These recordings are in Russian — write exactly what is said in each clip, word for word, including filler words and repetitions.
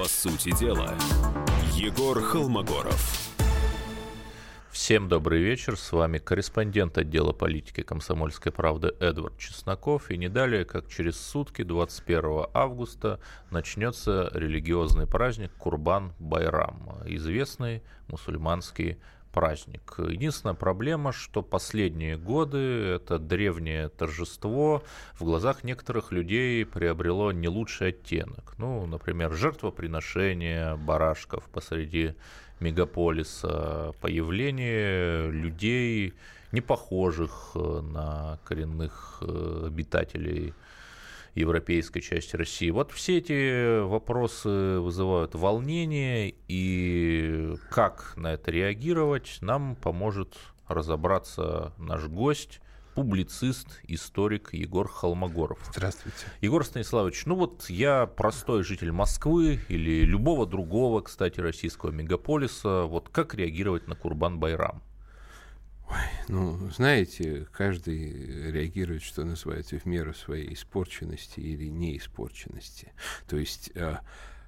По сути дела, Егор Холмогоров. Всем добрый вечер, с вами корреспондент отдела политики «Комсомольской правды» Эдвард Чесноков. И не далее, как через сутки, двадцать первого августа, начнется религиозный праздник Курбан-Байрам, известный мусульманский праздник. Единственная проблема, что последние годы это древнее торжество в глазах некоторых людей приобрело не лучший оттенок. Ну, например, жертвоприношение барашков посреди мегаполиса, появление людей, не похожих на коренных обитателей европейской части России. Вот все эти вопросы вызывают волнение, и как на это реагировать, нам поможет разобраться наш гость, публицист, историк Егор Холмогоров. Здравствуйте. Егор Станиславович, ну вот я простой житель Москвы или любого другого, кстати, российского мегаполиса. Вот как реагировать на Курбан-Байрам? Ой, ну, знаете, каждый реагирует, что называется, в меру своей испорченности или неиспорченности. То есть э,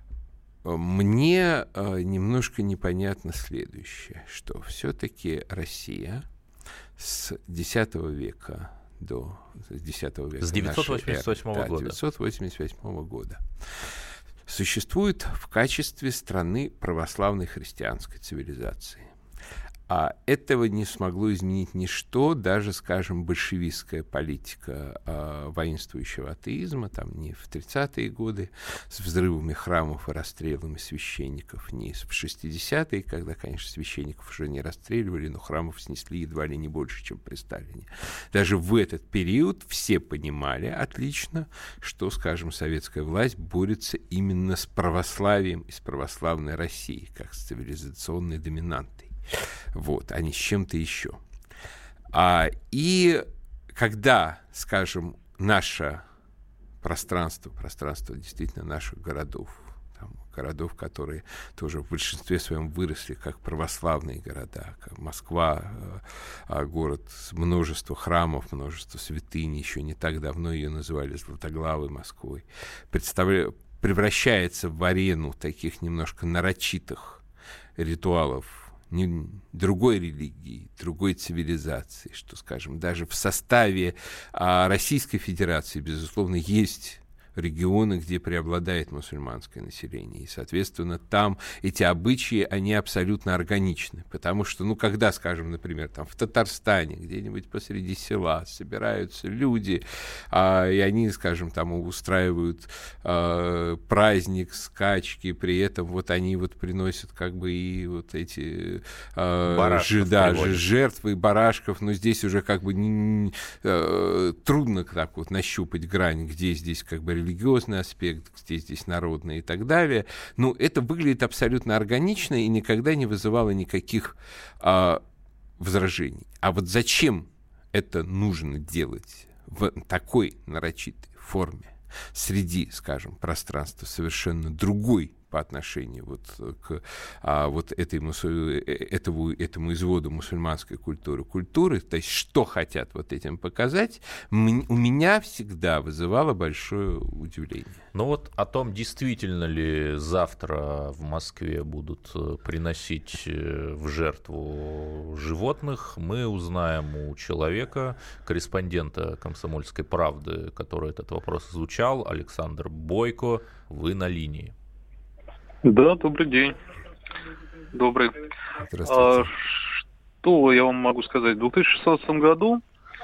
мне э, немножко непонятно следующее, что все-таки Россия с X века до с X века с девятьсот восемьдесят восьмого да, года. девятьсот восемьдесят восьмого года существует в качестве страны православной христианской цивилизации. А этого не смогло изменить ничто, даже, скажем, большевистская политика э, воинствующего атеизма, там, не в тридцатые годы с взрывами храмов и расстрелами священников, не в шестидесятые, когда, конечно, священников уже не расстреливали, но храмов снесли едва ли не больше, чем при Сталине. Даже в этот период все понимали отлично, что, скажем, советская власть борется именно с православием и с православной Россией, как с цивилизационной доминантой. Вот, а не с чем-то еще. А, и когда, скажем, наше пространство, пространство действительно наших городов, там, городов, которые тоже в большинстве своем выросли как православные города, как Москва, э, город с множеством храмов, множество святынь, еще не так давно ее называли Златоглавой Москвой, представля... превращается в арену таких немножко нарочитых ритуалов не, другой религии, другой цивилизации, что, скажем, даже в составе а, Российской Федерации, безусловно, есть регионы, где преобладает мусульманское население. И, соответственно, там эти обычаи, они абсолютно органичны. Потому что, ну, когда, скажем, например, там в Татарстане, где-нибудь посреди села собираются люди, а, и они, скажем, там устраивают а, праздник, скачки, при этом вот они вот приносят как бы и вот эти а, ж, да, жертвы барашков, но здесь уже как бы не, а, трудно так вот нащупать грань, где здесь как бы религиозный аспект, где здесь народный и так далее. Но это выглядит абсолютно органично и никогда не вызывало никаких а, возражений. А вот зачем это нужно делать в такой нарочитой форме среди, скажем, пространства совершенно другой по отношению вот к а, вот этой, этому, этому изводу мусульманской культуры, культуры, то есть что хотят вот этим показать, у меня всегда вызывало большое удивление. Ну вот о том, действительно ли завтра в Москве будут приносить в жертву животных, мы узнаем у человека, корреспондента «Комсомольской правды», который этот вопрос изучал, Александр Бойко. Вы на линии. Да, добрый день. Добрый. А, что я вам могу сказать? В две тысячи шестнадцатом году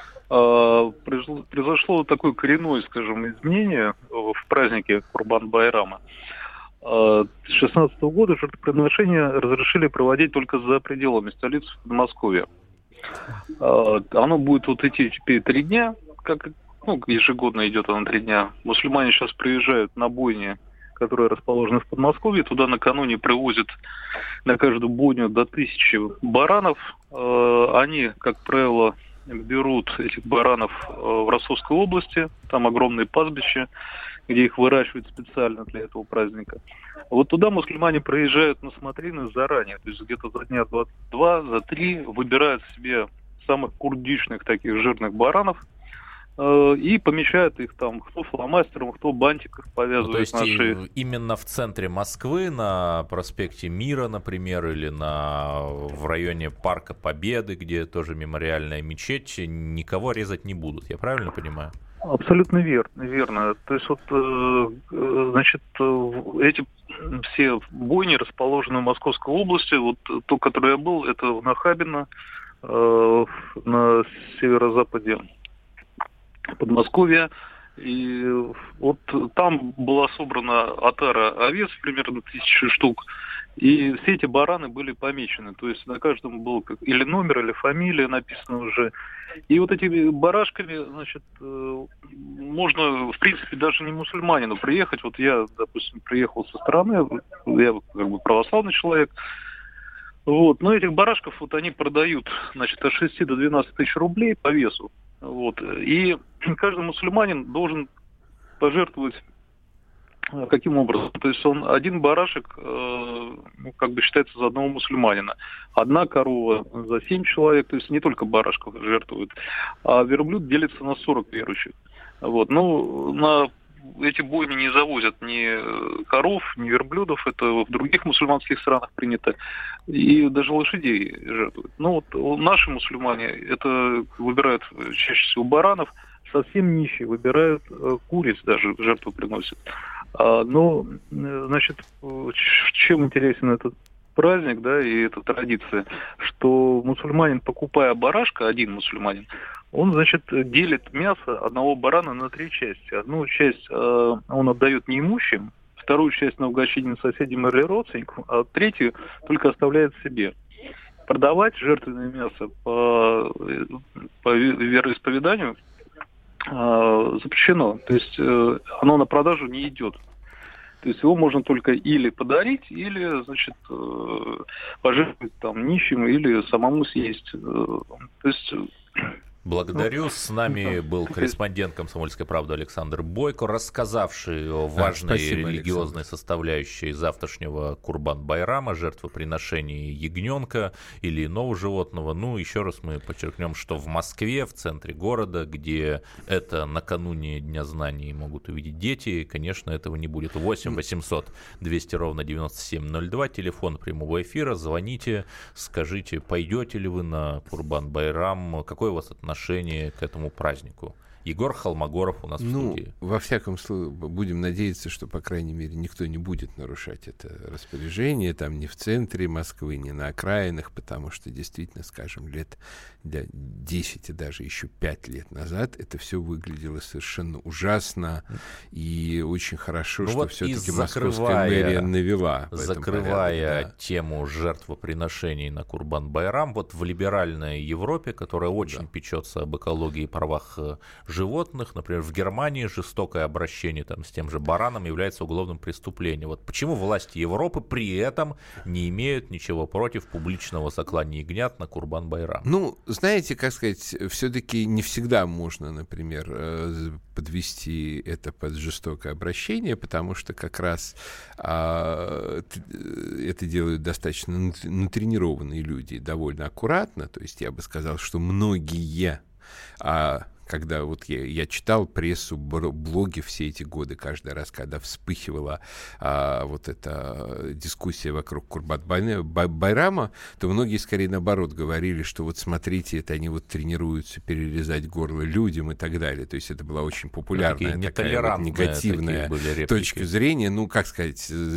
а, произошло, произошло такое коренное, скажем, изменение в празднике Курбан-Байрама. А, с две тысячи шестнадцатого года жертвоприношения разрешили проводить только за пределами столицы Подмосковья. А, оно будет вот идти теперь три дня, как ну, ежегодно идет оно три дня. Мусульмане сейчас приезжают на бойни, которые расположены в Подмосковье. Туда накануне привозят на каждую бойню до тысячи баранов. Они, как правило, берут этих баранов в Ростовской области. Там огромные пастбища, где их выращивают специально для этого праздника. Вот туда мусульмане приезжают на смотрины заранее. То есть где-то за дня два, за три выбирают себе самых курдичных таких жирных баранов, и помещают их там кто фломастером, кто бантиком повязывает. Ну, то есть на шее. Именно в центре Москвы, на проспекте Мира, например, или на, в районе Парка Победы, где тоже мемориальная мечеть, никого резать не будут, я правильно понимаю? Абсолютно верно, верно. То есть вот, значит, эти все бойни расположены в Московской области. Вот то, которое я был, это в Нахабино, на северо-западе Подмосковья. И вот там была собрана отара овец, примерно тысячи штук, и все эти бараны были помечены. То есть на каждом был как, или номер, или фамилия написана уже. И вот этими барашками, значит, можно, в принципе, даже не мусульманину приехать. Вот я, допустим, приехал со стороны, я как бы православный человек. Вот, но этих барашков вот они продают, значит, от шести до двенадцати тысяч рублей по весу. Вот. И каждый мусульманин должен пожертвовать каким образом? То есть он один барашек, э, ну, как бы считается за одного мусульманина. Одна корова за семь человек, то есть не только барашков жертвуют, а верблюд делится на сорок верующих. Вот. Ну, на эти бойни не завозят ни коров, ни верблюдов, это в других мусульманских странах принято, и даже лошадей жертвуют. Ну вот наши мусульмане это выбирают чаще всего баранов, совсем нищие выбирают куриц, даже в жертву приносят. А, но, значит, чем интересен этот праздник, да, и эта традиция, что мусульманин, покупая барашка, один мусульманин, он, значит, делит мясо одного барана на три части. Одну часть э, он отдает неимущим, вторую часть на угощение соседям или родственникам, а третью только оставляет себе. Продавать жертвенное мясо по, по вероисповеданию э, запрещено. То есть э, оно на продажу не идет. То есть его можно только или подарить, или, значит, э, пожертвовать там нищим, или самому съесть. То есть... Благодарю. С нами был корреспондент «Комсомольской правды» Александр Бойко, рассказавший о важной Спасибо, религиозной Александр. составляющей завтрашнего Курбан-Байрама, жертвоприношении ягненка или иного животного. Ну, еще раз мы подчеркнем, что в Москве, в центре города, где это накануне Дня знаний могут увидеть дети, конечно, этого не будет. восемь восемьсот двести ровно девяносто семь ноль два, телефон прямого эфира. Звоните, скажите, пойдете ли вы на Курбан-Байрам, какое у вас отношение отношение к этому празднику. Егор Холмогоров у нас ну, в студии. Во всяком случае, будем надеяться, что, по крайней мере, никто не будет нарушать это распоряжение, там ни в центре Москвы, ни на окраинах, потому что, действительно, скажем, лет десять и даже еще пять лет назад это все выглядело совершенно ужасно, и очень хорошо, ну что вот все-таки московская мэрия навела в этом Закрывая порядок, да. тему жертвоприношений на Курбан-Байрам, вот в либеральной Европе, которая очень да. печется об экологии и правах животных, например, в Германии жестокое обращение там, с тем же бараном является уголовным преступлением. Вот почему власти Европы при этом не имеют ничего против публичного заклания ягнят на Курбан-Байрам? Ну, знаете, как сказать, все-таки не всегда можно, например, подвести это под жестокое обращение, потому что как раз а, это делают достаточно натренированные люди, довольно аккуратно. То есть я бы сказал, что многие... А, когда вот я, я читал прессу, блоги все эти годы, каждый раз, когда вспыхивала а, вот эта дискуссия вокруг Курбан-Байрама, то многие скорее наоборот говорили, что вот смотрите, это они вот тренируются перерезать горло людям и так далее. То есть это была очень популярная такая вот негативная точка зрения. Ну, как сказать,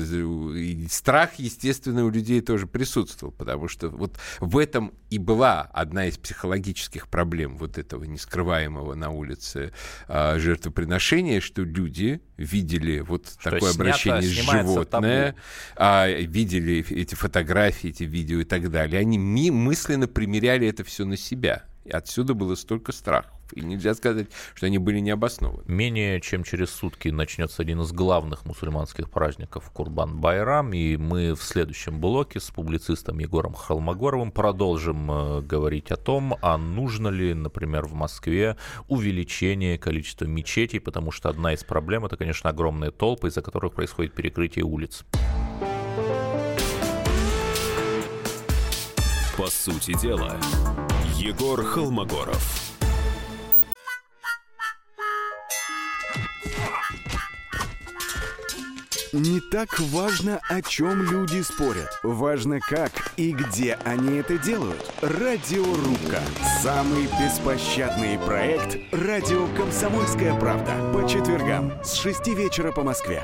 страх, естественно, у людей тоже присутствовал, потому что вот в этом и была одна из психологических проблем вот этого нескрываемого на улице а, жертвоприношения, что люди видели вот что такое снято, обращение с животное, а, видели эти фотографии, эти видео и так далее. Они ми- мысленно примеряли это все на себя. И отсюда было столько страхов. И нельзя сказать, что они были необоснованы. Менее чем через сутки начнется один из главных мусульманских праздников Курбан-Байрам, и мы в следующем блоке с публицистом Егором Холмогоровым продолжим э, говорить о том, а нужно ли, например, в Москве увеличение количества мечетей, потому что одна из проблем — это, конечно, огромные толпы, из-за которых происходит перекрытие улиц. По сути дела, Егор Холмогоров. Не так важно, о чем люди спорят. Важно, как и где они это делают. Радиорубка. Самый беспощадный проект «Радио Комсомольская правда». По четвергам с шести вечера по Москве.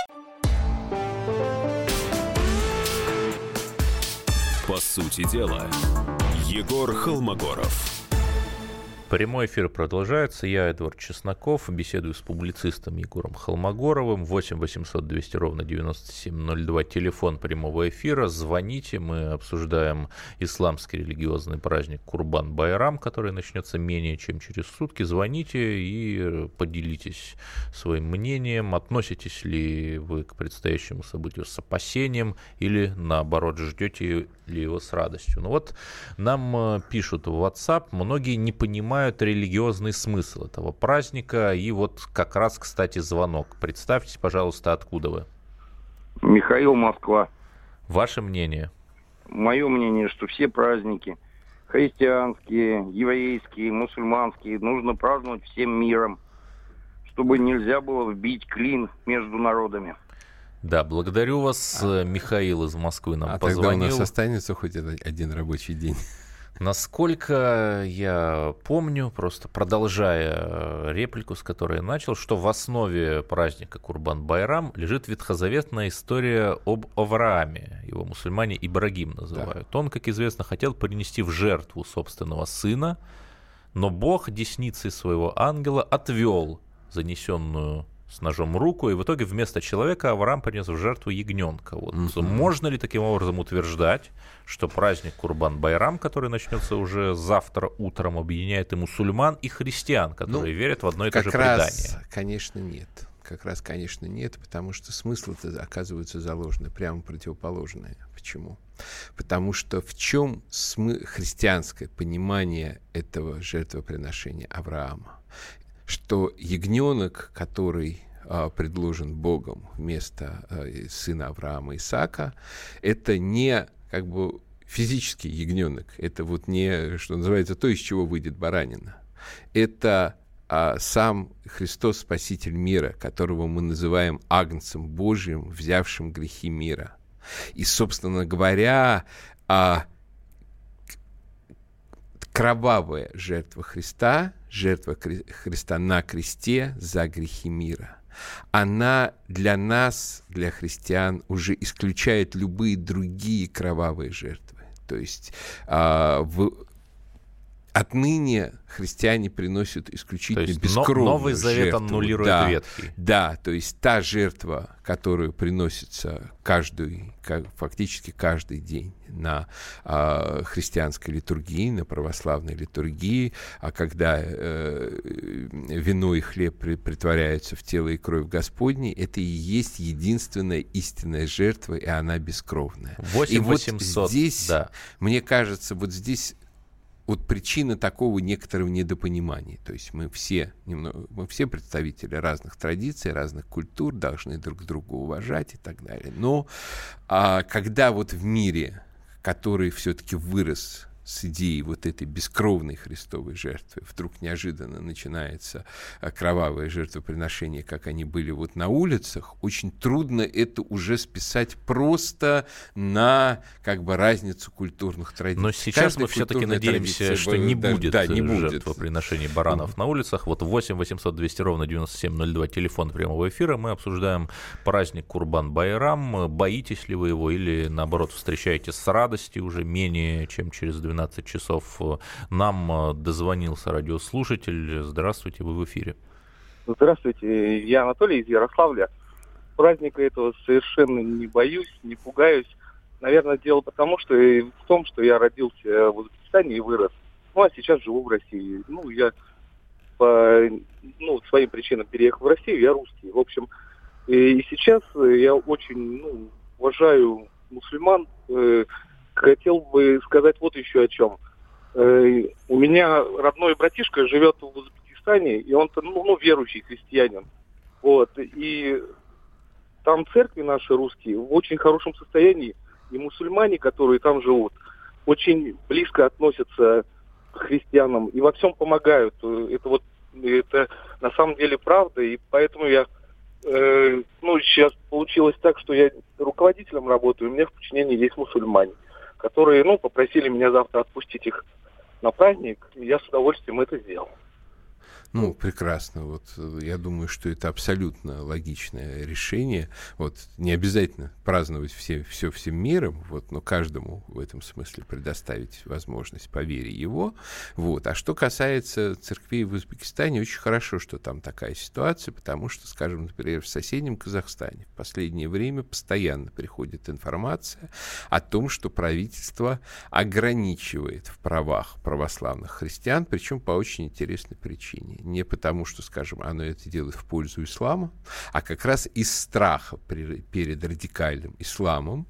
По сути дела, Егор Холмогоров. Прямой эфир продолжается. Я, Эдвард Чесноков, беседую с публицистом Егором Холмогоровым. восемь восемьсот двести ровно девяносто семь ноль два, телефон прямого эфира. Звоните, мы обсуждаем исламский религиозный праздник Курбан-Байрам, который начнется менее чем через сутки. Звоните и поделитесь своим мнением. Относитесь ли вы к предстоящему событию с опасением или, наоборот, ждете ли его с радостью? Ну вот нам пишут в WhatsApp, многие не понимают религиозный смысл этого праздника. И вот как раз, кстати, звонок. Представьтесь, пожалуйста, откуда вы? Михаил, Москва. Ваше мнение? Мое мнение, что все праздники, христианские, еврейские, мусульманские, нужно праздновать всем миром, чтобы нельзя было вбить клин между народами. Да, благодарю вас. А, Михаил из Москвы нам а позвонил. А тогда у нас останется хоть один рабочий день. Насколько я помню, просто продолжая реплику, с которой я начал, что в основе праздника Курбан-Байрам лежит ветхозаветная история об Аврааме. Его мусульмане Ибрагим называют. Да. Он, как известно, хотел принести в жертву собственного сына, но Бог десницей своего ангела отвел занесенную с ножом руку, и в итоге вместо человека Авраам принес в жертву ягненка. Вот. Mm-hmm. Можно ли таким образом утверждать, что праздник Курбан-Байрам, который начнется уже завтра утром, объединяет и мусульман, и христиан, которые ну, верят в одно и то же предание? Как раз, конечно, нет. Как раз, конечно, нет, потому что смысл-то оказывается заложен прямо противоположное. Почему? Потому что в чем смы- христианское понимание этого жертвоприношения Авраама? Что ягненок, который а, предложен Богом вместо а, сына Авраама Исаака, это не как бы физический ягненок, это вот не, что называется, то, из чего выйдет баранина. Это а, сам Христос, Спаситель мира, которого мы называем Агнцем Божьим, взявшим грехи мира. И, собственно говоря, а, кровавая жертва Христа, жертва Христа на кресте за грехи мира, она для нас, для христиан, уже исключает любые другие кровавые жертвы. То есть а, в, отныне христиане приносят исключительно бескровную Новый Завет жертву. Аннулирует да, Ветхий. Да, то есть та жертва, которую приносится каждый, как, фактически каждый день на э, христианской литургии, на православной литургии, а когда э, вино и хлеб при, притворяются в тело и кровь Господней, это и есть единственная истинная жертва, и она бескровная. восемь восемьсот, вот здесь, да. Мне кажется, вот здесь вот причина такого некоторого недопонимания. То есть мы все, немного, мы все представители разных традиций, разных культур, должны друг друга уважать и так далее. Но а, когда вот в мире, который все-таки вырос с идеей вот этой бескровной христовой жертвы, вдруг неожиданно начинается кровавое жертвоприношение, как они были вот на улицах, очень трудно это уже списать просто на как бы разницу культурных традиций. Но сейчас Каждая мы все-таки надеемся, что не да, будет да, не будет жертвоприношений баранов mm-hmm. на улицах. Вот восемь восемьсот двести ровно девяносто семь ноль два, телефон прямого эфира. Мы обсуждаем праздник Курбан-Байрам. Боитесь ли вы его или, наоборот, встречаете с радостью уже менее чем через двенадцать часов? Нам дозвонился радиослушатель. Здравствуйте, вы в эфире. Здравствуйте, я Анатолий из Ярославля. Праздника этого совершенно не боюсь, не пугаюсь. Наверное, дело потому, что в том, что я родился в Узбекистане и вырос. Ну, а сейчас живу в России. Ну, я по ну, своим причинам переехал в Россию, я русский. В общем, и сейчас я очень ну, уважаю мусульман. Хотел бы сказать вот еще о чем. Э, у меня родной братишка живет в Узбекистане, и он ну, ну, верующий христианин. Вот. И там церкви наши русские в очень хорошем состоянии, и мусульмане, которые там живут, очень близко относятся к христианам и во всем помогают. Это вот это на самом деле правда, и поэтому я э, ну, сейчас получилось так, что я руководителем работаю, у меня в подчинении есть мусульмане, которые, ну, попросили меня завтра отпустить их на праздник, и я с удовольствием это сделал. Ну, прекрасно. Вот я думаю, что это абсолютно логичное решение. Вот не обязательно праздновать все, все всем миром, вот, но каждому в этом смысле предоставить возможность по вере его. Вот. А что касается церквей в Узбекистане, очень хорошо, что там такая ситуация, потому что, скажем, например, в соседнем Казахстане в последнее время постоянно приходит информация о том, что правительство ограничивает в правах православных христиан, причем по очень интересной причине. Не потому, что, скажем, оно это делает в пользу ислама, а как раз из страха перед радикальным исламом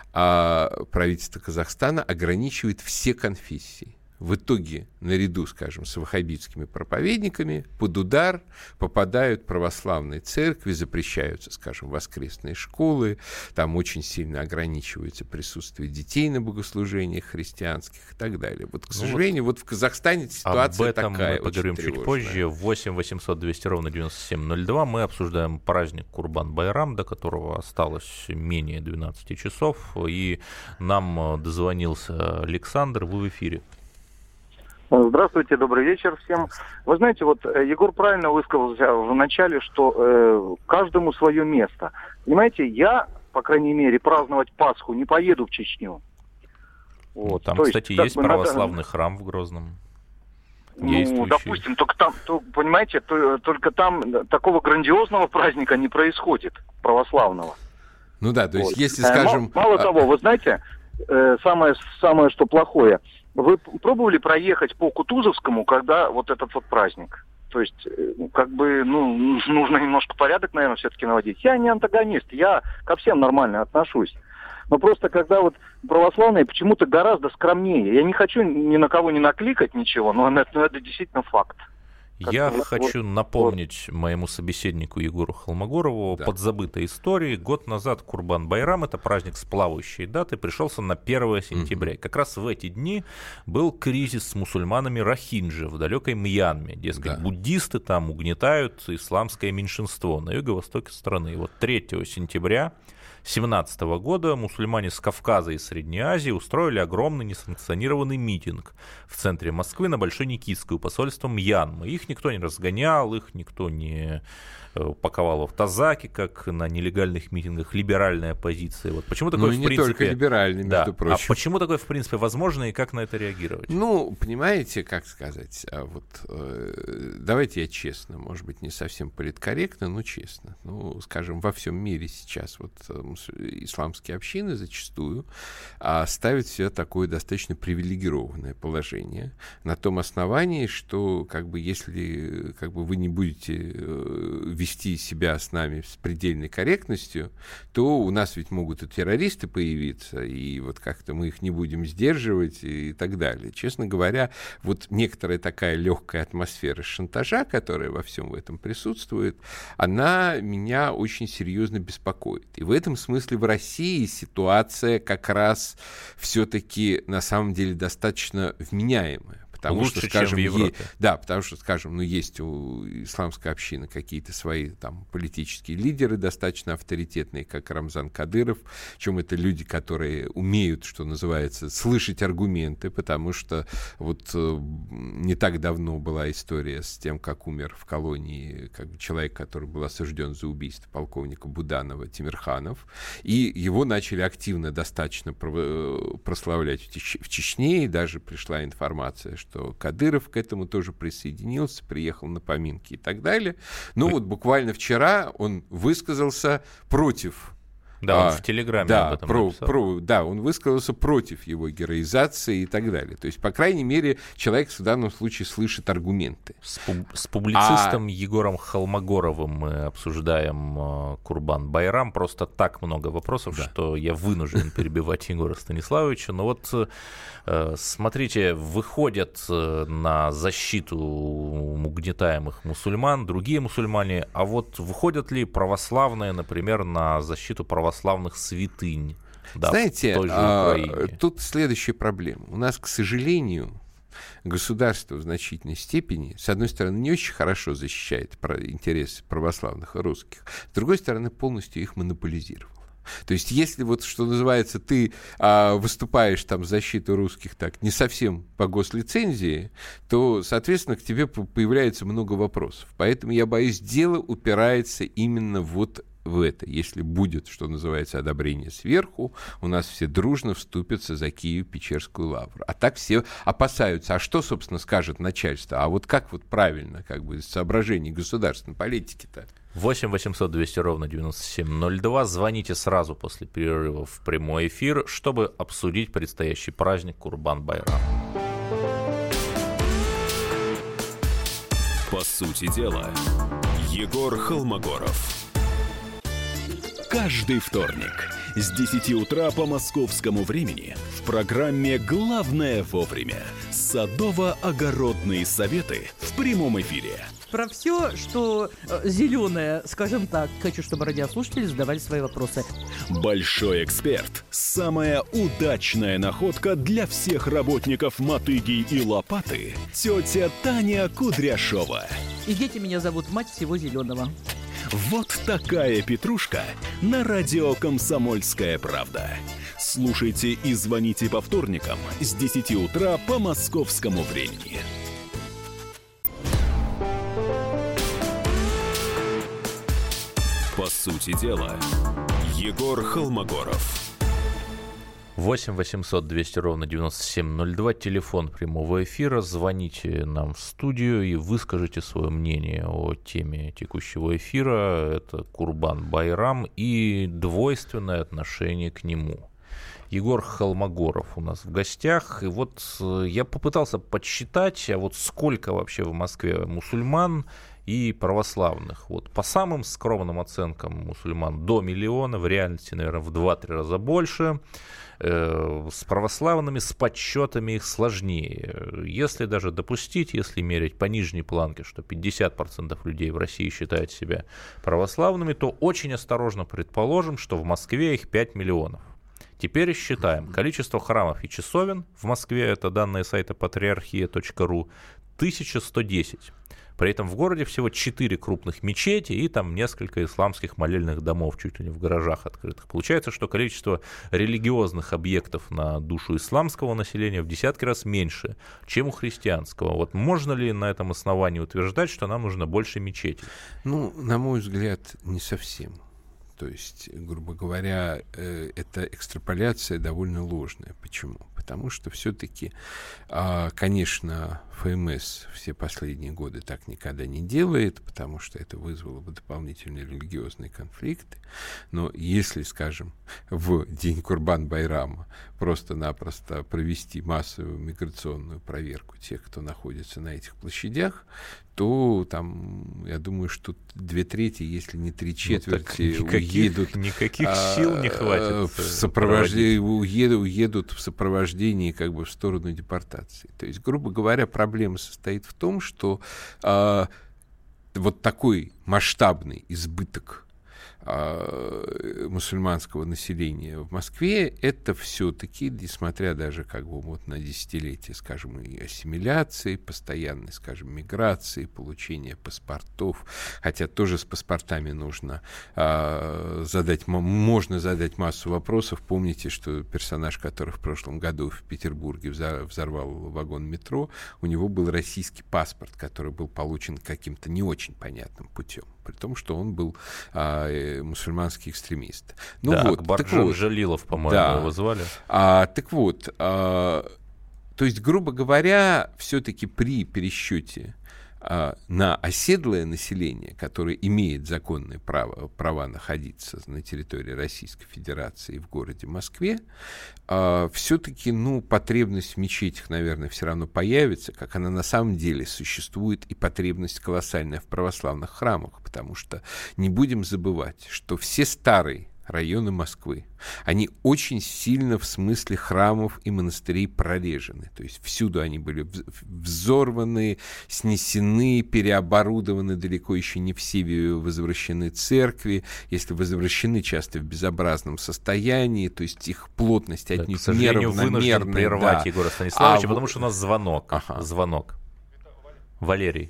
а правительство Казахстана ограничивает все конфессии. В итоге, наряду, скажем, с ваххабитскими проповедниками, под удар попадают православные церкви, запрещаются, скажем, воскресные школы, там очень сильно ограничивается присутствие детей на богослужениях христианских и так далее. Вот, к сожалению, ну, вот, вот в Казахстане ситуация об этом такая. Мы поговорим чуть позже. восемь восемьсот двести ровно девяносто семь ноль два. Мы обсуждаем праздник Курбан-Байрам, до которого осталось менее двенадцати часов. И нам дозвонился Александр. Вы в эфире. Здравствуйте, добрый вечер всем. Вы знаете, вот Егор правильно высказался в начале, что э, каждому свое место. Понимаете, я, по крайней мере, праздновать Пасху не поеду в Чечню. Вот. Там, то кстати, есть, есть православный надо... храм в Грозном. Ну, допустим, только там, то, понимаете, то, только там такого грандиозного праздника не происходит, православного. Ну да, то есть, вот. Если, скажем... Мало, мало того, вы знаете, э, самое, самое, что плохое... Вы пробовали проехать по Кутузовскому, когда вот этот вот праздник? То есть, как бы, ну, нужно немножко порядок, наверное, все-таки наводить. Я не антагонист, я ко всем нормально отношусь. Но просто когда вот православные почему-то гораздо скромнее. Я не хочу ни на кого не накликать ничего, но это, это действительно факт. Я вот, хочу вот, напомнить вот. моему собеседнику Егору Холмогорову да. подзабытой истории. Год назад Курбан-Байрам, это праздник с плавающей датой, пришелся на первое сентября. Mm-hmm. Как раз в эти дни был кризис с мусульманами Рохинджи в далекой Мьянме. Дескать, да. буддисты там угнетают исламское меньшинство на юго-востоке страны. И вот третьего сентября две тысячи семнадцатого года мусульмане с Кавказа и Средней Азии устроили огромный несанкционированный митинг в центре Москвы на Большой Никитской у посольства Мьянмы. Их никто не разгонял, их никто не упаковал в тазаки, как на нелегальных митингах, либеральная оппозиция. Вот почему такое, ну, в не принципе... только либеральный, да. между прочим. А почему такое, в принципе, возможно, и как на это реагировать? Ну, понимаете, как сказать, вот, э, давайте я честно, может быть, не совсем политкорректно, но честно. Ну, скажем, во всем мире сейчас вот исламские общины зачастую а, ставят в себя такое достаточно привилегированное положение на том основании, что, как бы, если как бы, вы не будете э, вести себя с нами с предельной корректностью, то у нас ведь могут и террористы появиться, и вот как-то мы их не будем сдерживать и так далее. Честно говоря, вот некоторая такая легкая атмосфера шантажа, которая во всем этом присутствует, она меня очень серьезно беспокоит. И в этом смысле в России ситуация как раз все-таки на самом деле достаточно вменяемая. Потому Лучше, что, скажем, чем в Европе. Е... Да, потому что, скажем, ну, есть у исламской общины какие-то свои там политические лидеры достаточно авторитетные, как Рамзан Кадыров, причем это люди, которые умеют, что называется, слышать аргументы, потому что вот э, не так давно была история с тем, как умер в колонии как бы, человек, который был осужден за убийство полковника Буданова, Тимирханов, и его начали активно достаточно про... прославлять в, Чеч... в Чечне, и даже пришла информация, что что Кадыров к этому тоже присоединился, приехал на поминки и так далее. Ну вот буквально вчера он высказался против... Да, а, он в Телеграме да, об этом про, написал. Про, да, он высказался против его героизации и так далее. То есть, по крайней мере, человек в данном случае слышит аргументы. С, пуб- с публицистом а... Егором Холмогоровым мы обсуждаем uh, Курбан-Байрам. Просто так много вопросов, да. что я вынужден перебивать Егора Станиславовича. Но вот, uh, смотрите, выходят uh, на защиту угнетаемых мусульман другие мусульмане, а вот выходят ли православные, например, на защиту православных славных святынь, да, знаете, в той же а, Украине. Тут следующая проблема. У нас, к сожалению, государство в значительной степени, с одной стороны, не очень хорошо защищает интересы православных и русских, с другой стороны, полностью их монополизировало. То есть, если вот, что называется, ты а, выступаешь там в защиту русских так не совсем по гослицензии, то, соответственно, к тебе появляется много вопросов. Поэтому, я боюсь, дело упирается именно вот в это. Если будет, что называется, одобрение сверху, у нас все дружно вступятся за Киево-Печерскую лавру. А так все опасаются. А что, собственно, скажет начальство? А вот как вот правильно, как бы, из соображений государственной политики-то? восемь восемьсот двести ровно девяносто семь ноль два. Звоните сразу после перерыва в прямой эфир, чтобы обсудить предстоящий праздник Курбан-Байрам. По сути дела, Егор Холмогоров. Каждый вторник с десяти утра по московскому времени в программе «Главное вовремя» садово-огородные советы в прямом эфире. Про все, что э, зеленое, скажем так. Хочу, чтобы радиослушатели задавали свои вопросы. Большой эксперт. Самая удачная находка для всех работников мотыги и лопаты. Тетя Таня Кудряшова. И дети меня зовут мать всего зеленого. Вот такая петрушка на радио «Комсомольская правда». Слушайте и звоните по вторникам с десяти утра по московскому времени. По сути дела, Егор Холмогоров. восемь восемьсот двести ровно девяносто семь ноль два, телефон прямого эфира. Звоните нам в студию и выскажите свое мнение о теме текущего эфира. Это Курбан-Байрам и двойственное отношение к нему. Егор Холмогоров у нас в гостях. И вот я попытался подсчитать, а вот сколько вообще в Москве мусульман и православных. Вот по самым скромным оценкам мусульман до миллиона, в реальности, наверное, в два-три раза больше. Э, с православными, с подсчетами их сложнее. Если даже допустить, если мерить по нижней планке, что пятьдесят процентов людей в России считают себя православными, то очень осторожно предположим, что в Москве их пять миллионов. Теперь считаем. Количество храмов и часовен в Москве, это данные сайта патриархия точка ру, тысяча сто десять. При этом в городе всего четыре крупных мечети и там несколько исламских молельных домов, чуть ли не в гаражах открытых. Получается, что количество религиозных объектов на душу исламского населения в десятки раз меньше, чем у христианского. Вот можно ли на этом основании утверждать, что нам нужно больше мечетей? Ну, на мой взгляд, не совсем. То есть, грубо говоря, э, эта экстраполяция довольно ложная. Почему? Потому что все-таки, э, конечно, ФМС все последние годы так никогда не делает, потому что это вызвало бы дополнительные религиозные конфликты. Но если, скажем, в день Курбан-Байрама просто-напросто провести массовую миграционную проверку тех, кто находится на этих площадях, то там, я думаю, что две трети, если не три четверти, ну, никаких, уедут... Никаких сил не хватит. В сопровождении, уедут, уедут в сопровождении как бы в сторону депортации. То есть, грубо говоря, проблема состоит в том, что а, вот такой масштабный избыток мусульманского населения в Москве, это все-таки, несмотря даже как бы вот на десятилетия, скажем, и ассимиляции, постоянной, скажем, миграции, получения паспортов, хотя тоже с паспортами нужно а, задать, можно задать массу вопросов. Помните, что персонаж, который в прошлом году в Петербурге взорвал вагон метро, у него был российский паспорт, который был получен каким-то не очень понятным путем, при том, что он был а, мусульманский экстремист. Ну, да, вот, Акбарджан вот, Жалилов, по-моему, да. его звали. А, так вот, а, то есть, грубо говоря, все-таки при пересчете а, на оседлое население, которое имеет законное право, права находиться на территории Российской Федерации в городе Москве, а, все-таки, ну, потребность в мечетях, наверное, все равно появится, как она на самом деле существует, и потребность колоссальная в православных храмах, потому что не будем забывать, что все старые районы Москвы, они очень сильно в смысле храмов и монастырей прорежены. То есть всюду они были взорваны, снесены, переоборудованы, далеко еще не все возвращены церкви. Если возвращены, часто в безобразном состоянии, то есть их плотность да, отнюдь к сожалению, неравномерная. Вынужден прервать да. Егора Станиславовича, а потому в... что у нас звонок. Ага. Звонок. Валерий.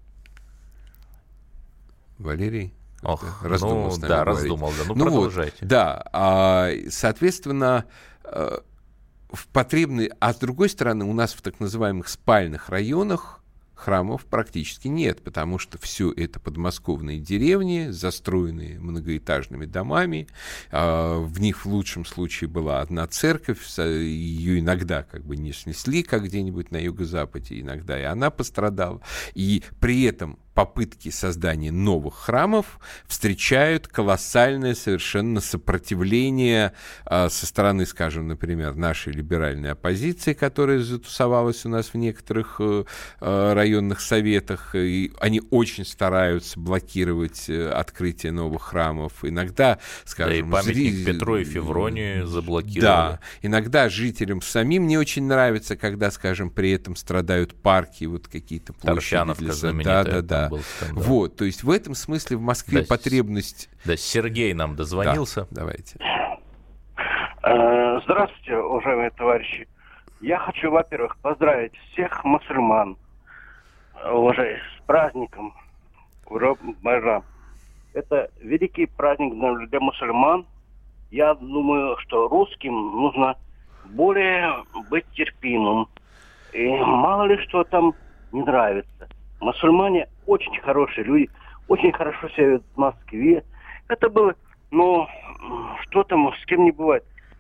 Валерий? Ох, раздумал, ну, да, говорить. раздумал, да. Ну, ну продолжайте. Вот, да, соответственно, в потребной... А с другой стороны, у нас в так называемых спальных районах храмов практически нет, потому что все это подмосковные деревни, застроенные многоэтажными домами. В них в лучшем случае была одна церковь, ее иногда как бы не снесли, как где-нибудь на юго-западе, иногда и она пострадала. И при этом попытки создания новых храмов встречают колоссальное совершенно сопротивление э, со стороны, скажем, например, нашей либеральной оппозиции, которая затусовалась у нас в некоторых э, районных советах. И они очень стараются блокировать э, открытие новых храмов. Иногда, скажем... Да и памятник зри... Петру и Февронии заблокировали. Да, иногда жителям самим не очень нравится, когда, скажем, при этом страдают парки, вот какие-то площади. Торщановка для... знаменитая. Да, да, да. Был скандал. Вот, то есть в этом смысле в Москве да, потребность... Да, Сергей нам дозвонился. Да, давайте. Здравствуйте, уважаемые товарищи. Я хочу, во-первых, поздравить всех мусульман, уважаю, с праздником Байрам. Это великий праздник для мусульман. Я думаю, что русским нужно более быть терпимым. И мало ли что там не нравится. Мусульмане очень хорошие люди, очень хорошо себя ведут в Москве. Это было, ну, что там, с кем не бывает.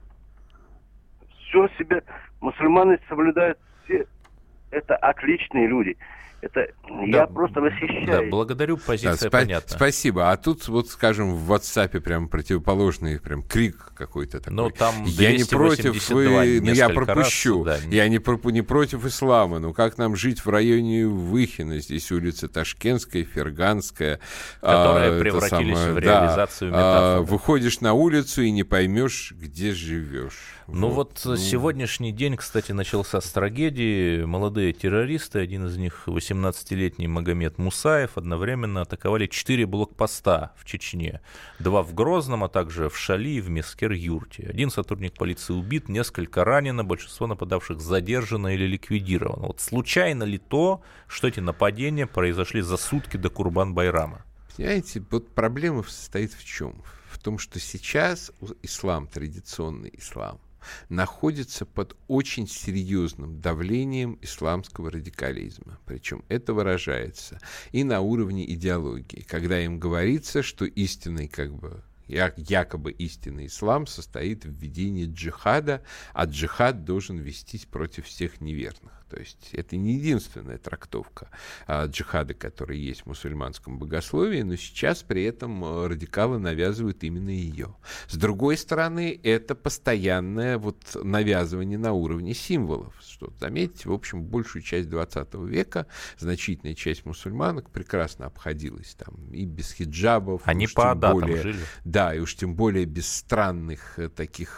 Все себя, мусульмане соблюдают все. Это отличные люди. Это да, я просто восхищаюсь. Да, благодарю, позиция да, спа- понятна. Спасибо. А тут, вот, скажем, в WhatsApp прям противоположный прям крик какой-то такой. Ну, там я не против, вы, ну, я пропущу. Раз, да, я не, про, не против ислама. Ну, как нам жить в районе Выхина? Здесь улица Ташкентская, Ферганская. Которые а, превратились самое, в реализацию да, метафоры. А, выходишь на улицу и не поймешь, где живешь. Ну вот, вот ну... сегодняшний день, кстати, начался с трагедии. Молодые террористы, один из них восемнадцатилетний Магомед Мусаев, одновременно атаковали четыре блокпоста в Чечне. Два в Грозном, а также в Шали и в Мескер-Юрте. Один сотрудник полиции убит, несколько ранено, большинство нападавших задержано или ликвидировано. Вот случайно ли то, что эти нападения произошли за сутки до Курбан-Байрама? Понимаете, вот проблема состоит в чем? В том, что сейчас ислам, традиционный ислам, находится под очень серьезным давлением исламского радикализма. Причем это выражается и на уровне идеологии, когда им говорится, что истинный, как бы, якобы истинный ислам состоит в ведении джихада, а джихад должен вестись против всех неверных. То есть это не единственная трактовка а, джихада, которая есть в мусульманском богословии, но сейчас при этом а, радикалы навязывают именно ее. С другой стороны, это постоянное вот навязывание на уровне символов. Что, заметьте, в общем, большую часть двадцатого века значительная часть мусульманок прекрасно обходилась там и без хиджабов. Они по адатам более, жили. Да, и уж тем более без странных таких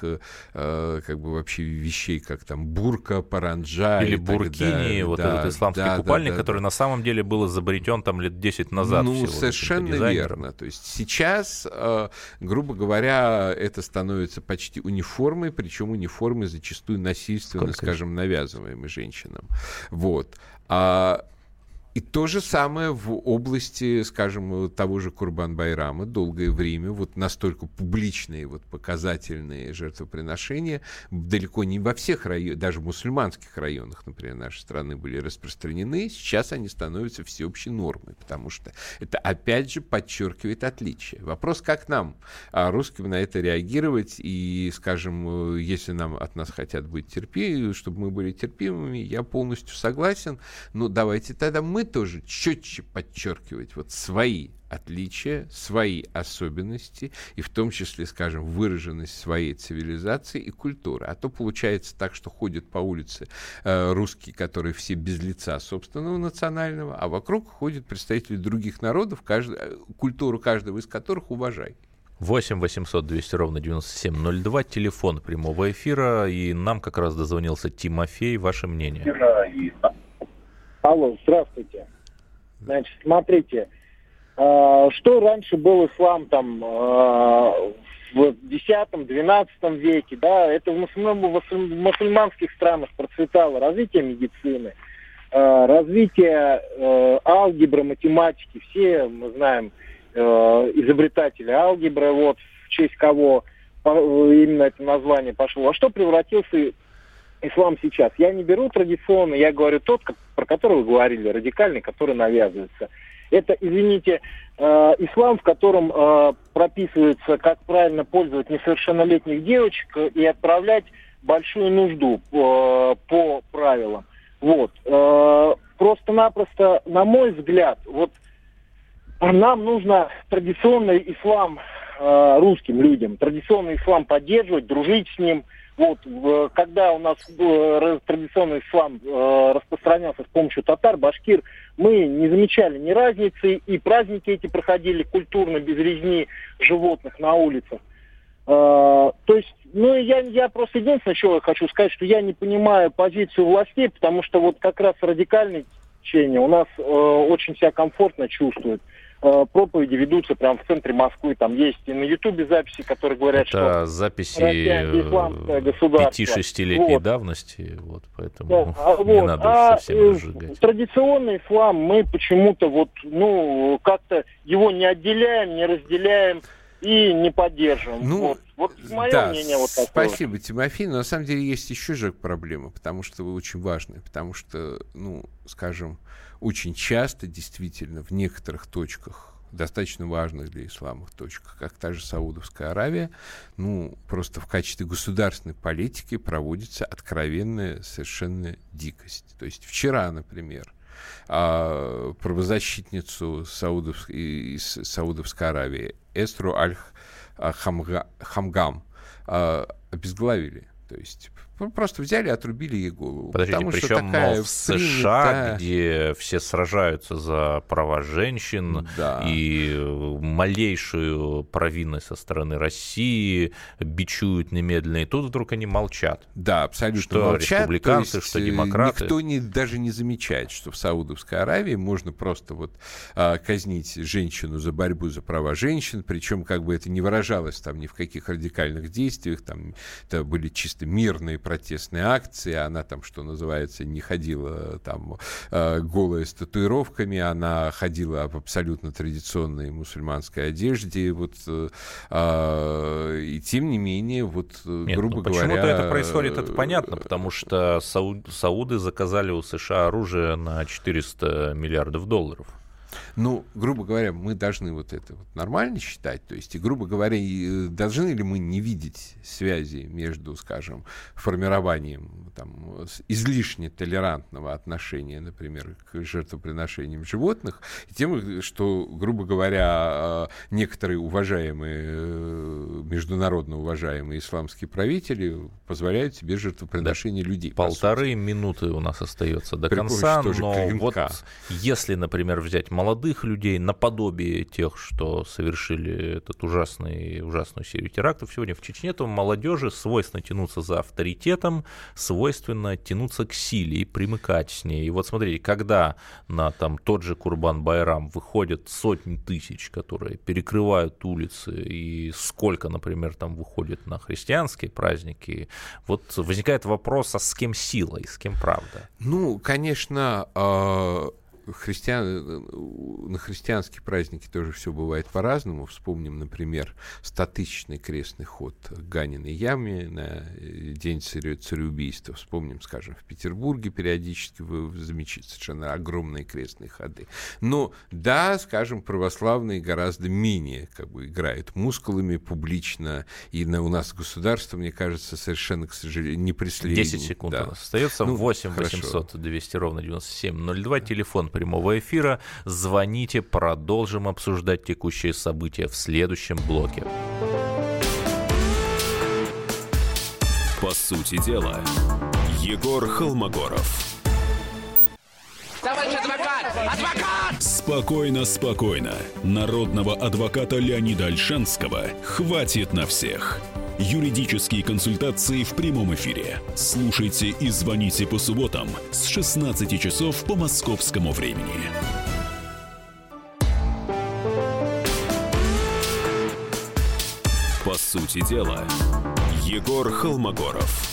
э, как бы вообще вещей, как там бурка, паранджа. Или буркини, вот да, этот исламский да, купальник, да, да, который да. на самом деле был изобретен там лет десять назад. Ну, совершенно верно. То есть сейчас, э, грубо говоря, это становится почти униформой, причем униформой зачастую насильственно, Сколько скажем, навязываемой женщинам. Вот. А И то же самое в области, скажем, того же Курбан-Байрама. Долгое время вот настолько публичные, вот показательные жертвоприношения далеко не во всех районах, даже в мусульманских районах, например, нашей страны были распространены. Сейчас они становятся всеобщей нормой, потому что это опять же подчеркивает отличие. Вопрос, как нам, русским, на это реагировать, и, скажем, если нам от нас хотят быть терпимыми, чтобы мы были терпимыми, я полностью согласен, но давайте тогда мы тоже четче подчеркивать вот свои отличия, свои особенности, и в том числе, скажем, выраженность своей цивилизации и культуры. А то получается так, что ходят по улице э, русские, которые все без лица собственного национального, а вокруг ходят представители других народов, каждый, культуру каждого из которых уважай. восемь восемьсот двести ровно девяносто семь ноль два, телефон прямого эфира, и нам как раз дозвонился Тимофей. Ваше мнение? Алло, здравствуйте. Значит, смотрите, э, что раньше был ислам там э, в десятом-двенадцатом веке, да, это в, мусульман, в мусульманских странах процветало развитие медицины, э, развитие э, алгебры, математики, все мы знаем э, изобретатели алгебры, вот в честь кого именно это название пошло. А что превратился ислам сейчас? Я не беру традиционно, я говорю тот, про который вы говорили, радикальный, который навязывается. Это, извините, э, ислам, в котором э, прописывается, как правильно пользовать несовершеннолетних девочек и отправлять большую нужду э, по правилам. Вот. Э, просто-напросто, на мой взгляд, вот нам нужно традиционный ислам э, русским людям, традиционный ислам поддерживать, дружить с ним. Вот, когда у нас э, традиционный ислам э, распространялся с помощью татар, башкир, мы не замечали ни разницы, и праздники эти проходили культурно, без резни животных на улицах. Э, то есть, ну, я, я просто единственное, что я хочу сказать, что я не понимаю позицию властей, потому что вот как раз радикальное течение у нас э, очень себя комфортно чувствует. Проповеди ведутся прямо в центре Москвы. Там есть и на Ютубе записи, которые говорят, это что... Это записи пяти-шестилетней вот. давности, вот, поэтому да, а, не вот. надо а, совсем разжигать. Традиционный ислам мы почему-то вот, ну, как-то его не отделяем, не разделяем и не поддерживаем. Ну, вот. Вот мое да, мнение вот такое. Спасибо, Тимофей, но на самом деле есть еще же проблема, потому что вы очень важны, потому что, ну, скажем, очень часто, действительно, в некоторых точках, достаточно важных для ислама точках, как та же Саудовская Аравия, ну, просто в качестве государственной политики проводится откровенная совершенно дикость. То есть вчера, например, правозащитницу Саудов, из Саудовской Аравии Эстру Аль-Хамгам обезглавили. То есть просто взяли и отрубили ей голову. Подождите, потому причем что такая в США, принята... где все сражаются за права женщин, да. и малейшую провинность со стороны России бичуют немедленно, и тут вдруг они молчат. Да, абсолютно что молчат. Республиканцы, что демократы. Никто не, даже не замечает, что в Саудовской Аравии можно просто вот а, казнить женщину за борьбу за права женщин, причем как бы это не выражалось там ни в каких радикальных действиях, там это были чисто мирные протестные акции, она там, что называется, не ходила там э, голая с татуировками, она ходила в абсолютно традиционной мусульманской одежде, вот, э, э, и тем не менее, вот, Нет, грубо ну, говоря... Почему-то это происходит, это понятно, потому что сауд, сауды заказали у США оружие на четыреста миллиардов долларов. Ну, грубо говоря, мы должны вот это вот нормально считать, то есть, и, грубо говоря, должны ли мы не видеть связи между, скажем, формированием там, излишне толерантного отношения, например, к жертвоприношениям животных, и тем, что, грубо говоря, некоторые уважаемые, международно уважаемые исламские правители позволяют себе жертвоприношение да, людей. Полторы минуты у нас остается до При конца, но клинка. Вот если, например, взять молодых людей наподобие тех, что совершили этот ужасный, ужасную серию терактов сегодня в Чечне, то молодежи свойственно тянуться за авторитетом, свойственно тянуться к силе и примыкать с ней. И вот смотрите, когда на там, тот же Курбан-Байрам выходят сотни тысяч, которые перекрывают улицы, и сколько, например, там выходит на христианские праздники, вот возникает вопрос, а с кем сила и с кем правда? Ну, конечно, э- Христиан... на христианские праздники тоже все бывает по-разному. Вспомним, например, стотысячный крестный ход к Ганиной яме на день царя... цареубийства. Вспомним, скажем, в Петербурге периодически вы замечаете совершенно огромные крестные ходы. Но да, скажем, православные гораздо менее как бы играют мускулами публично, и на... у нас государство, мне кажется, совершенно, к сожалению, не преследует. десять секунд да. у нас остается. Ну, восемь восемьсот двести ровно девяносто семь ноль два, телефон прямого эфира. Звоните, продолжим обсуждать текущие события в следующем блоке. По сути дела, Егор Холмогоров. Товарищ адвокат! Адвокат! Спокойно, спокойно. Народного адвоката Леонида Ольшанского хватит на всех. Юридические консультации в прямом эфире. Слушайте и звоните по субботам с шестнадцати часов по московскому времени. По сути дела, Егор Холмогоров.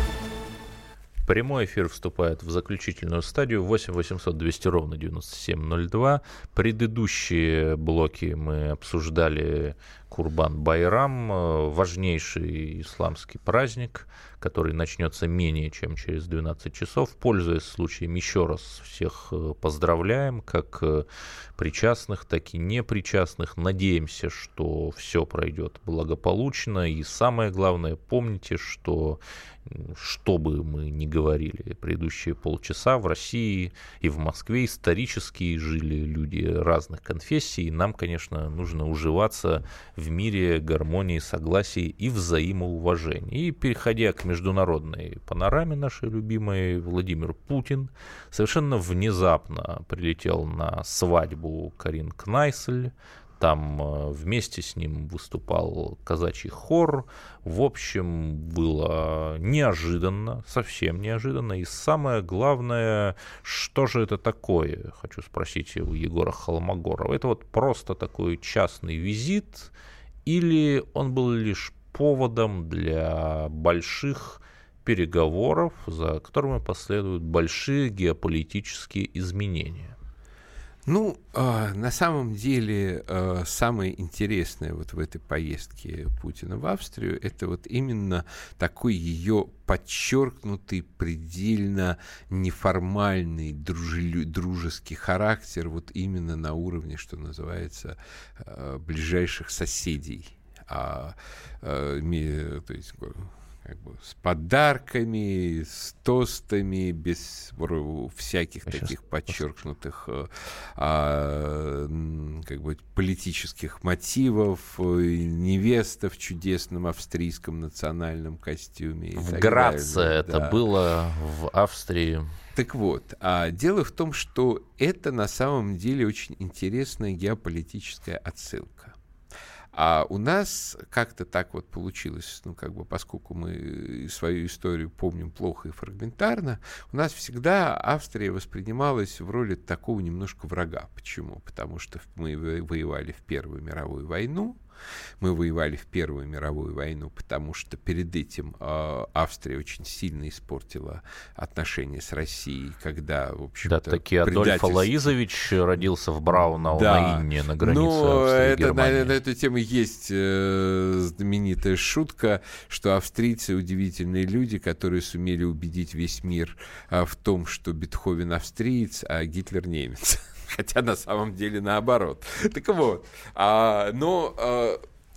Прямой эфир вступает в заключительную стадию. Восемь восемьсот двести ровно девяносто семь ноль два. Предыдущие блоки мы обсуждали Курбан-Байрам, важнейший исламский праздник, который начнется менее чем через двенадцать часов. Пользуясь случаем, еще раз всех поздравляем, как причастных, так и непричастных. Надеемся, что все пройдет благополучно. И самое главное, помните, что что бы мы ни говорили предыдущие полчаса, в России и в Москве исторически жили люди разных конфессий. И нам, конечно, нужно уживаться в мире гармонии, согласия и взаимоуважения. И переходя к международной панораме нашей любимой, Владимир Путин совершенно внезапно прилетел на свадьбу Карин Кнайсель. Там вместе с ним выступал казачий хор. В общем, было неожиданно, совсем неожиданно. И самое главное, что же это такое, хочу спросить у Егора Холмогорова. Это вот просто такой частный визит или он был лишь поводом для больших переговоров, за которыми последуют большие геополитические изменения? Ну, э, на самом деле, э, самое интересное вот в этой поездке Путина в Австрию, это вот именно такой ее подчеркнутый, предельно неформальный, дружелю- дружеский характер, вот именно на уровне, что называется, э, ближайших соседей. А, э, ми, то есть, как бы с подарками, с тостами, без всяких Сейчас таких подчеркнутых а, как бы политических мотивов, невеста в чудесном австрийском национальном костюме. В Граце это да. было, в Австрии. Так вот, а дело в том, что это на самом деле очень интересная геополитическая отсылка. А у нас как-то так вот получилось, ну, как бы, поскольку мы свою историю помним плохо и фрагментарно, у нас всегда Австрия воспринималась в роли такого немножко врага. Почему? Потому что мы воевали в Первую мировую войну, мы воевали в Первую мировую войну, потому что перед этим э, Австрия очень сильно испортила отношения с Россией, когда, в общем-то... Да, таки Адольф предательств... Алаизович родился в Браунау да. на Инне, на границе Но Австрии и это, Германии. На, на эту тему есть э, знаменитая шутка, что австрийцы удивительные люди, которые сумели убедить весь мир э, в том, что Бетховен австриец, а Гитлер немец. Хотя на самом деле наоборот. Так вот, а, но а,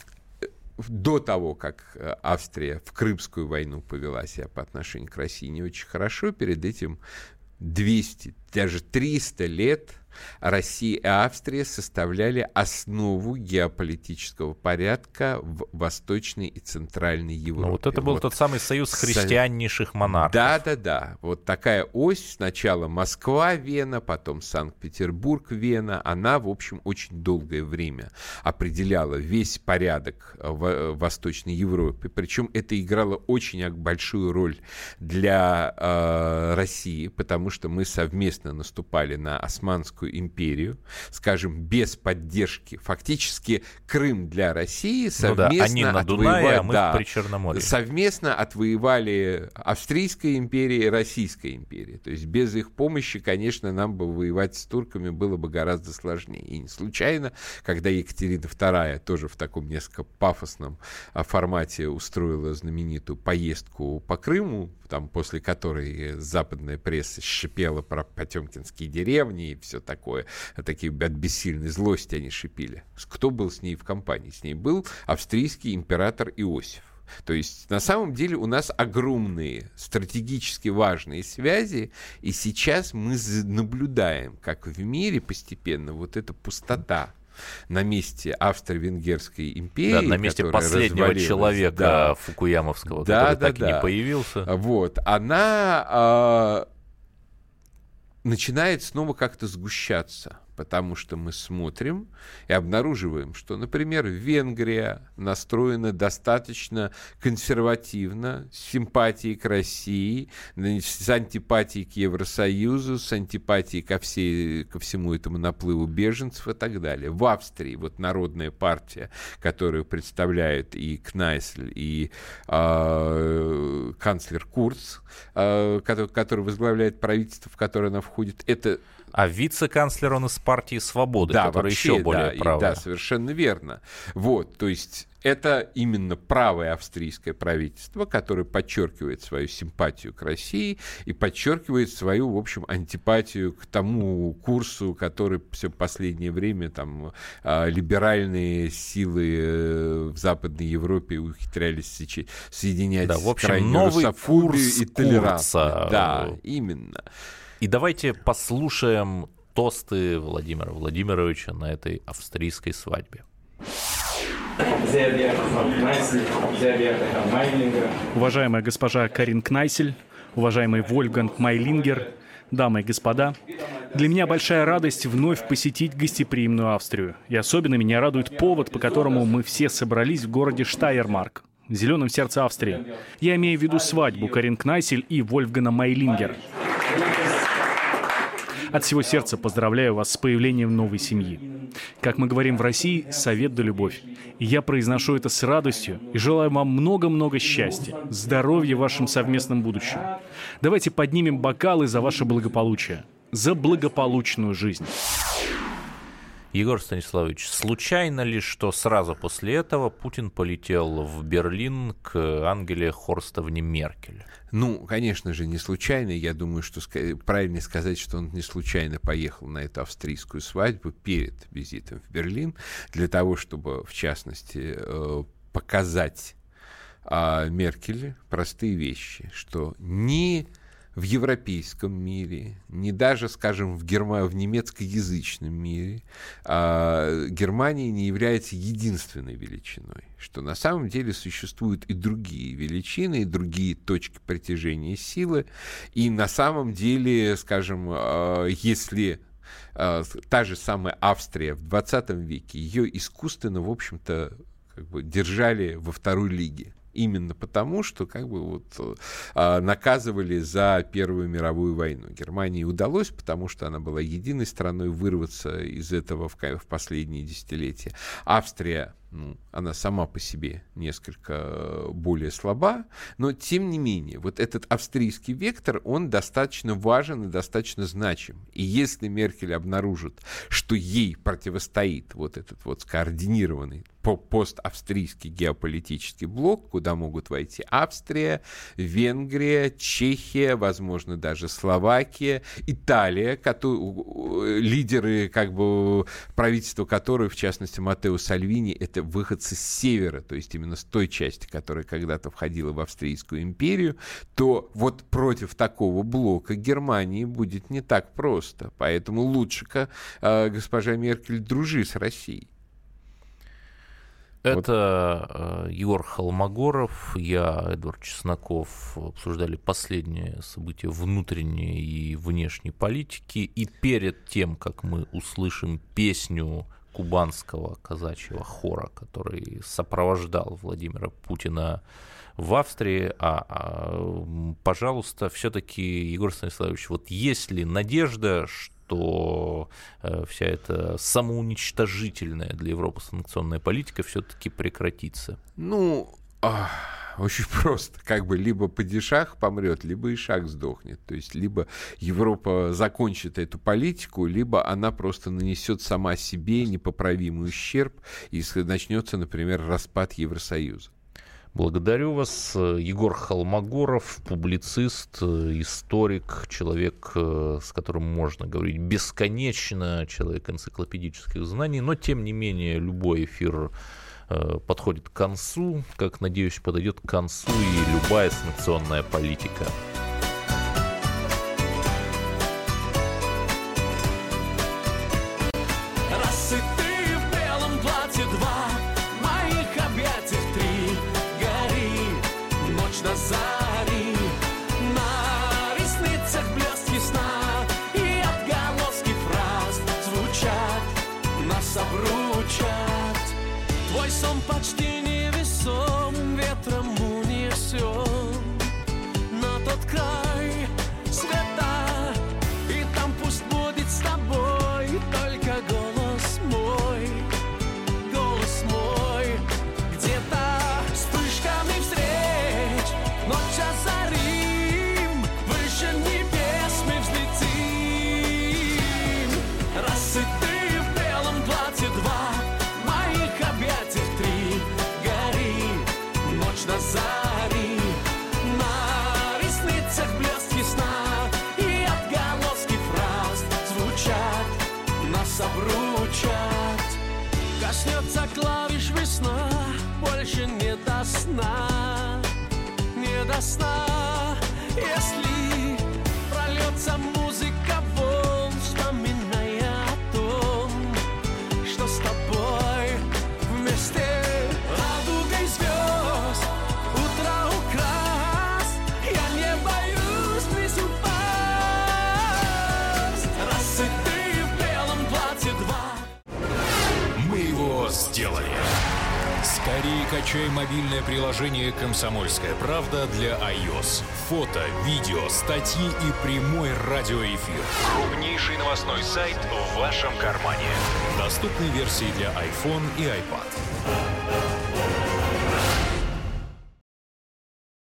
до того, как Австрия в Крымскую войну повела себя по отношению к России не очень хорошо, перед этим двести, даже триста лет Россия и Австрия составляли основу геополитического порядка в Восточной и Центральной Европе. Ну, вот это был вот. тот самый союз христианнейших монархов. Да-да-да. Вот такая ось. Сначала Москва-Вена, потом Санкт-Петербург-Вена. Она, в общем, очень долгое время определяла весь порядок в Восточной Европе. Причем это играло очень большую роль для э, России, потому что мы совместно наступали на Османскую империю, скажем, без поддержки. Фактически Крым для России совместно ну да, они на Дунае, а мы да, при Черноморье. Совместно отвоевали Австрийская империя и Российская империя. То есть без их помощи, конечно, нам бы воевать с турками было бы гораздо сложнее. И не случайно, когда Екатерина вторая тоже в таком несколько пафосном формате устроила знаменитую поездку по Крыму, там, после которой западная пресса шипела про потемкинские деревни и все такое. Такие от бессильной злости они шипели. Кто был с ней в компании? С ней был австрийский император Иосиф. То есть, на самом деле, у нас огромные стратегически важные связи, и сейчас мы наблюдаем, как в мире постепенно вот эта пустота на месте Австро-Венгерской империи, да, на месте последнего человека да, фукуямовского, да, который да, так да. и не появился. Вот, она... А... начинает снова как-то сгущаться, потому что мы смотрим и обнаруживаем, что, например, Венгрия настроена достаточно консервативно, с симпатией к России, с антипатией к Евросоюзу, с антипатией ко, всей, ко всему этому наплыву беженцев и так далее. В Австрии вот Народная партия, которую представляют и Кнайсель, и э, канцлер Курц, э, который, который возглавляет правительство, в которое она входит, это... А вице-канцлер он из партии «Свободы», да, которая вообще, еще более да, правая. Да, совершенно верно. Вот, то есть это именно правое австрийское правительство, которое подчеркивает свою симпатию к России и подчеркивает свою, в общем, антипатию к тому курсу, который все последнее время там либеральные силы в Западной Европе ухитрялись соединять да, в общем, с крайней новый русофобией курс и толерантностью. Курца. Да, именно. И давайте послушаем тосты Владимира Владимировича на этой австрийской свадьбе. Уважаемая госпожа Карин Кнайсель, уважаемый Вольфганг Майлингер, дамы и господа, для меня большая радость вновь посетить гостеприимную Австрию. И особенно меня радует повод, по которому мы все собрались в городе Штайермарк, в зеленом сердце Австрии. Я имею в виду свадьбу Карин Кнайсель и Вольфгана Майлингера. От всего сердца поздравляю вас с появлением новой семьи. Как мы говорим в России, совет да любовь. И я произношу это с радостью и желаю вам много-много счастья, здоровья в вашем совместном будущем. Давайте поднимем бокалы за ваше благополучие, за благополучную жизнь. Егор Станиславович, случайно ли, что сразу после этого Путин полетел в Берлин к Ангеле Хорстовне Меркель? Ну, конечно же, не случайно. Я думаю, что правильнее сказать, что он не случайно поехал на эту австрийскую свадьбу перед визитом в Берлин, для того, чтобы, в частности, показать Меркель простые вещи, что ни в европейском мире, не даже, скажем, в, герма... в немецкоязычном мире а, Германия не является единственной величиной, что на самом деле существуют и другие величины, и другие точки притяжения силы, и на самом деле, скажем, а, если а, та же самая Австрия в двадцатом веке, ее искусственно, в общем-то, как бы держали во второй лиге. Именно потому, что как бы вот а, наказывали за Первую мировую войну. Германии удалось, потому что она была единой страной вырваться из этого в, в последние десятилетия. Австрия, ну, она сама по себе несколько более слаба, но тем не менее, вот этот австрийский вектор, он достаточно важен и достаточно значим. И если Меркель обнаружит, что ей противостоит вот этот вот скоординированный поставстрийский геополитический блок, куда могут войти Австрия, Венгрия, Чехия, возможно, даже Словакия, Италия, которые, лидеры как бы правительства которой, в частности, Маттео Сальвини, это выходцы с севера, то есть именно с той части, которая когда-то входила в Австрийскую империю, то вот против такого блока Германии будет не так просто. Поэтому лучше-ка, э, госпожа Меркель, дружи с Россией. Это вот. Егор Холмогоров, я, Эдвард Чесноков, обсуждали последние события внутренней и внешней политики. И перед тем, как мы услышим песню кубанского казачьего хора, который сопровождал Владимира Путина в Австрии, а, а пожалуйста, все-таки, Егор Станиславович, вот есть ли надежда, что то э, вся эта самоуничтожительная для Европы санкционная политика все-таки прекратится? Ну, ах, очень просто. Как бы либо падишах помрет, либо ишак сдохнет. То есть либо Европа закончит эту политику, либо она просто нанесет сама себе непоправимый ущерб, и начнется, например, распад Евросоюза. Благодарю вас. Егор Холмогоров, публицист, историк, человек, с которым можно говорить бесконечно, человек энциклопедических знаний, но, тем не менее, любой эфир подходит к концу, как, надеюсь, подойдет к концу и любая санкционная политика. Зари, на ресницах блеск весна, и почти невесом, ветром унесен на тот край света, и там пусть будет с тобой только голос мой, голос мой. Где-то вспышками встреч ночь озарим, выше небес мы взлетим. Раз и ты в белом платье, два моих объятиях, три гори, ночь до зари, на ресницах блестки сна, и отголоски фраз звучат, нас обручат. Коснется клавиш весна, больше не до сна, не до сна. Если прольется музыка вон, вспоминая о том, что с тобой вместе. Радугой звезд утро украсть, я не боюсь вниз упасть. Раз и ты в белом платье, два. Мы его сделали. Скорее качай мобильное приложение «Комсомольская правда» для iOS. Фото, видео, статьи и прямой радиоэфир. Крупнейший новостной сайт в вашем кармане. Доступны версии для iPhone и iPad.